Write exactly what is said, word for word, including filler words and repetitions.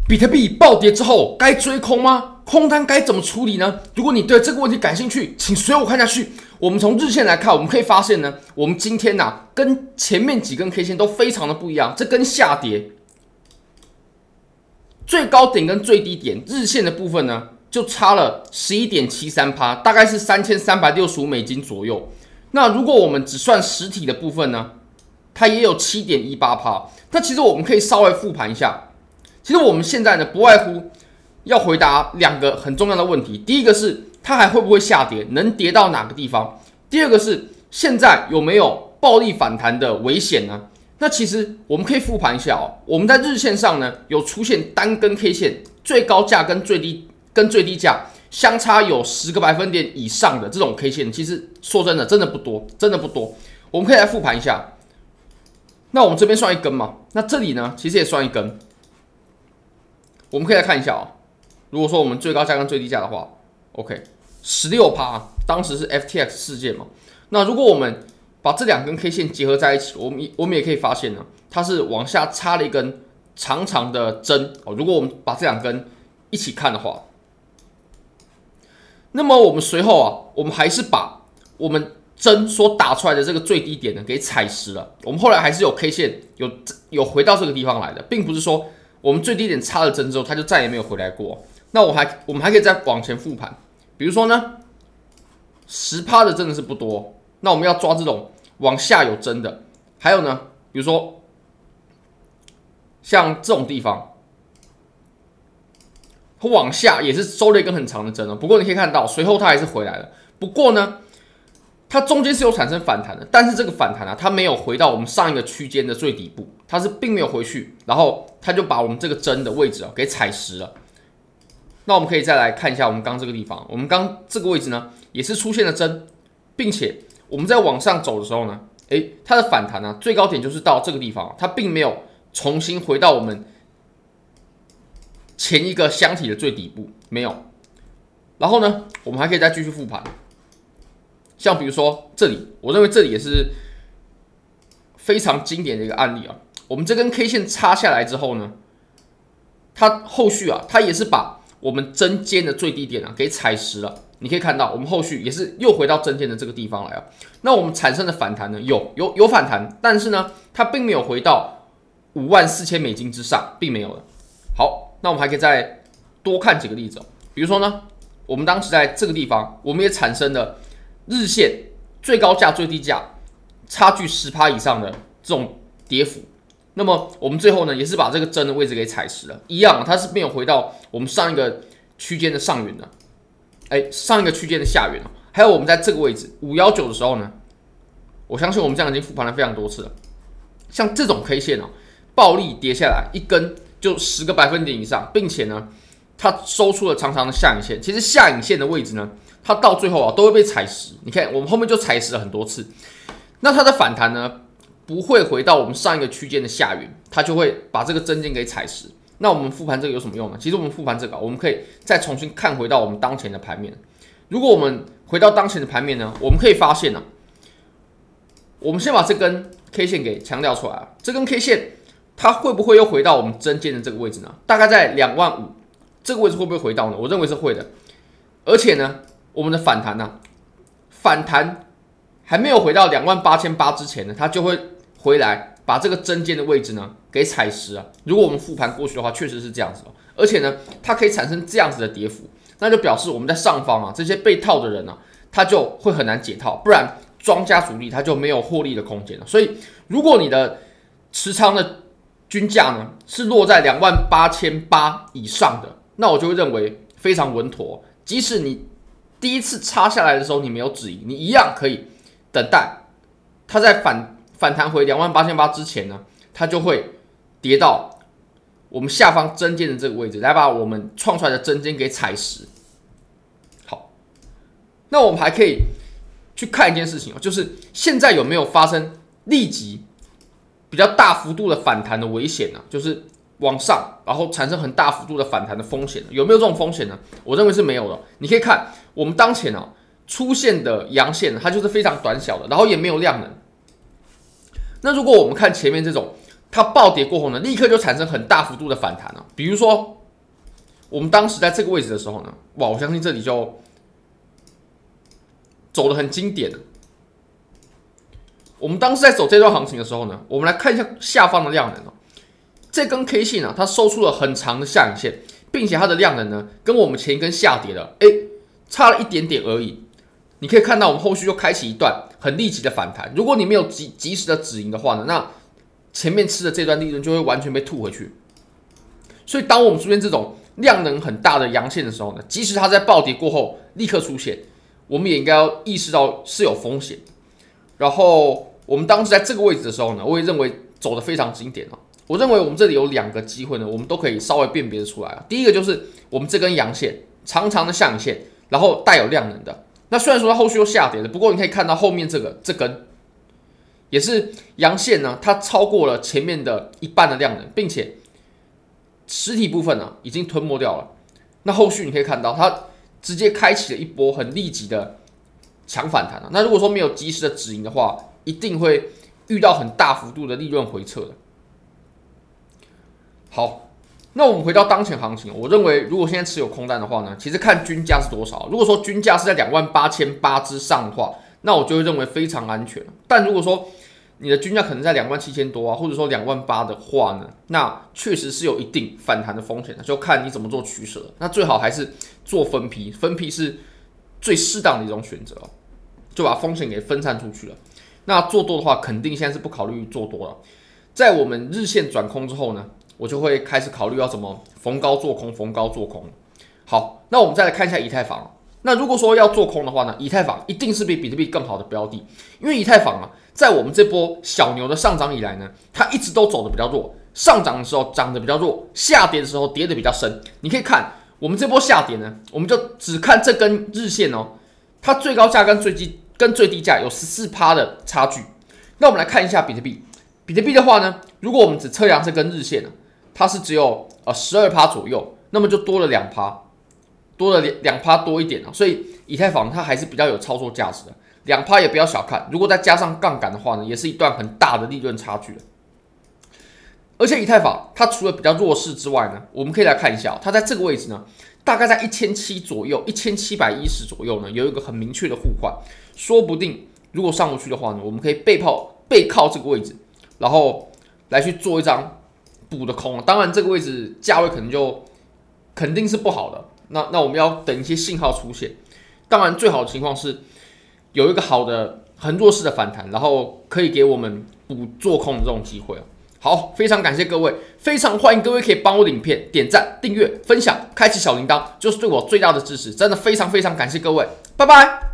比特币暴跌之后该追空吗？空单该怎么处理呢？如果你对这个问题感兴趣，请随我看下去。我们从日线来看，我们可以发现呢，我们今天啊跟前面几根 K 线都非常的不一样。这根下跌最高点跟最低点日线的部分呢，就差了 百分之十一点七三， 大概是三千三百六十五美金左右。那如果我们只算实体的部分呢，它也有 百分之七点一八。 那其实我们可以稍微复盘一下。其实我们现在呢，不外乎要回答两个很重要的问题。第一个是它还会不会下跌，能跌到哪个地方？第二个是现在有没有暴力反弹的危险呢？那其实我们可以复盘一下哦。我们在日线上呢，有出现单根 K 线最高价跟最低跟最低价相差有十个百分点以上的这种 K 线，其实说真的，真的不多，真的不多。我们可以来复盘一下。那我们这边算一根嘛？那这里呢，其实也算一根。我们可以来看一下哦。如果说我们最高价跟最低价的话 ，OK， 百分之十六， 当时是 F T X 事件嘛。那如果我们把这两根 K 线结合在一起，我们我们也可以发现呢，它是往下插了一根长长的针哦。如果我们把这两根一起看的话，那么我们随后啊，我们还是把我们针所打出来的这个最低点呢给踩实了。我们后来还是有 K 线有有回到这个地方来的，并不是说我们最低点插了针之后，它就再也没有回来过。那我还我们还可以再往前复盘，比如说呢， 百分之十 的真的是不多。那我们要抓这种往下有针的，还有呢，比如说像这种地方，它往下也是收了一根很长的针哦。不过你可以看到，随后它还是回来了。不过呢，它中间是有产生反弹的，但是这个反弹啊，它没有回到我们上一个区间的最底部，它是并没有回去，然后它就把我们这个针的位置啊给踩实了。那我们可以再来看一下我们刚这个地方，我们刚这个位置呢也是出现了针，并且我们在往上走的时候呢，诶，它的反弹呢、啊、最高点就是到这个地方，它并没有重新回到我们前一个箱体的最底部，没有。然后呢，我们还可以再继续复盘，像比如说这里，我认为这里也是非常经典的一个案例啊。我们这根 K 线插下来之后呢，它后续啊，它也是把我们针尖的最低点啊给踩实了。你可以看到，我们后续也是又回到针尖的这个地方来啊。那我们产生的反弹呢，有有有反弹，但是呢，它并没有回到五万四千美金之上，并没有的。好，那我们还可以再多看几个例子、哦，比如说呢，我们当时在这个地方，我们也产生了日线最高价、最低价差距 百分之十 以上的这种跌幅。那么我们最后呢，也是把这个针的位置给踩实了，一样，它是没有回到我们上一个区间的上缘的，哎，上一个区间的下缘。还有我们在这个位置五一九的时候呢，我相信我们这样已经复盘了非常多次了。像这种 K 线哦，暴力跌下来一根就十个百分点以上，并且呢，它收出了长长的下影线。其实下影线的位置呢，它到最后啊都会被踩实。你看，我们后面就踩实了很多次。那它的反弹呢，不会回到我们上一个区间的下缘，它就会把这个针尖给踩实。那我们复盘这个有什么用呢？其实我们复盘这个，我们可以再重新看回到我们当前的盘面。如果我们回到当前的盘面呢，我们可以发现呢、啊，我们先把这根 K 线给强调出来啊。这根 K 线它会不会又回到我们针尖的这个位置呢？大概在两万五这个位置会不会回到呢？我认为是会的。而且呢，我们的反弹呢、啊，反弹还没有回到两万八千八之前呢，它就会回来把这个针尖的位置呢给踩实啊。如果我们复盘过去的话，确实是这样子、哦、而且呢，它可以产生这样子的跌幅，那就表示我们在上方啊，这些被套的人啊，他就会很难解套，不然庄家主力他就没有获利的空间了。所以，如果你的持仓的均价呢是落在两万八千八以上的，那我就会认为非常稳妥。即使你第一次插下来的时候你没有止盈，你一样可以等待它在反反弹回两万八千八之前呢，它就会跌到我们下方针尖的这个位置，来把我们创出来的针尖给踩实。好，那我们还可以去看一件事情，就是现在有没有发生立即比较大幅度的反弹的危险呢？就是往上，然后产生很大幅度的反弹的风险，有没有这种风险呢？我认为是没有的。你可以看我们当前啊出现的阳线，它就是非常短小的，然后也没有量能。那如果我们看前面这种，它暴跌过后呢，立刻就产生很大幅度的反弹啊，比如说我们当时在这个位置的时候呢，哇，我相信这里就走得很经典了。我们当时在走这段行情的时候呢，我们来看一下下方的量能哦。这根 K 线呢、啊，它收出了很长的下影线，并且它的量能呢，跟我们前一根下跌的，哎，差了一点点而已。你可以看到，我们后续就开启一段很立即的反弹。如果你没有及及时的止盈的话呢，那前面吃的这段利润就会完全被吐回去。所以，当我们出现这种量能很大的阳线的时候呢，即使它在暴跌过后立刻出现，我们也应该要意识到是有风险。然后，我们当时在这个位置的时候呢，我也认为走得非常经典哦。我认为我们这里有两个机会呢，我们都可以稍微辨别出来。第一个就是我们这根阳线长长的下影线，然后带有量能的。那虽然说它后续又下跌了，不过你可以看到后面这个这根也是阳线呢，它超过了前面的一半的量能，并且实体部分呢已经吞没掉了。那后续你可以看到它直接开启了一波很立即的强反弹啊。那如果说没有及时的止盈的话，一定会遇到很大幅度的利润回撤的。好，那我们回到当前行情，我认为如果现在持有空单的话呢，其实看均价是多少。如果说均价是在两万八千八之上的话，那我就会认为非常安全。但如果说你的均价可能在两万七千多啊，或者说两万八的话呢，那确实是有一定反弹的风险的，就看你怎么做取舍。那最好还是做分批，分批是最适当的一种选择，就把风险给分散出去了。那做多的话，肯定现在是不考虑做多了。在我们日线转空之后呢，我就会开始考虑要怎么逢高做空，逢高做空。好，那我们再来看一下以太坊。那如果说要做空的话呢，以太坊一定是比比特币更好的标的，因为以太坊啊，在我们这波小牛的上涨以来呢，它一直都走的比较弱，上涨的时候涨得比较弱，下跌的时候跌得比较深。你可以看我们这波下跌呢，我们就只看这根日线哦，它最高价跟最低跟最低价有 百分之十四 的差距。那我们来看一下比特币，比特币的话呢，如果我们只测量这根日线呢，它是只有呃 百分之十二 左右，那么就多了 百分之二，多了 百分之二 多一点啊，所以以太坊它还是比较有操作价值的， 百分之二 也不要小看，如果再加上杠杆的话呢，也是一段很大的利润差距。而且以太坊它除了比较弱势之外呢，我们可以来看一下、哦，它在这个位置呢，大概在一千七百左右，一千七百一十左右呢，有一个很明确的互换，说不定如果上不去的话呢，我们可以背靠背靠这个位置，然后来去做一张补的空。当然这个位置价位可能就肯定是不好的，那那我们要等一些信号出现。当然最好的情况是有一个好的很弱势的反弹，然后可以给我们补做空的这种机会。好，非常感谢各位，非常欢迎各位可以帮我的影片点赞、订阅、分享、开启小铃铛，就是对我最大的支持。真的非常非常感谢各位，拜拜。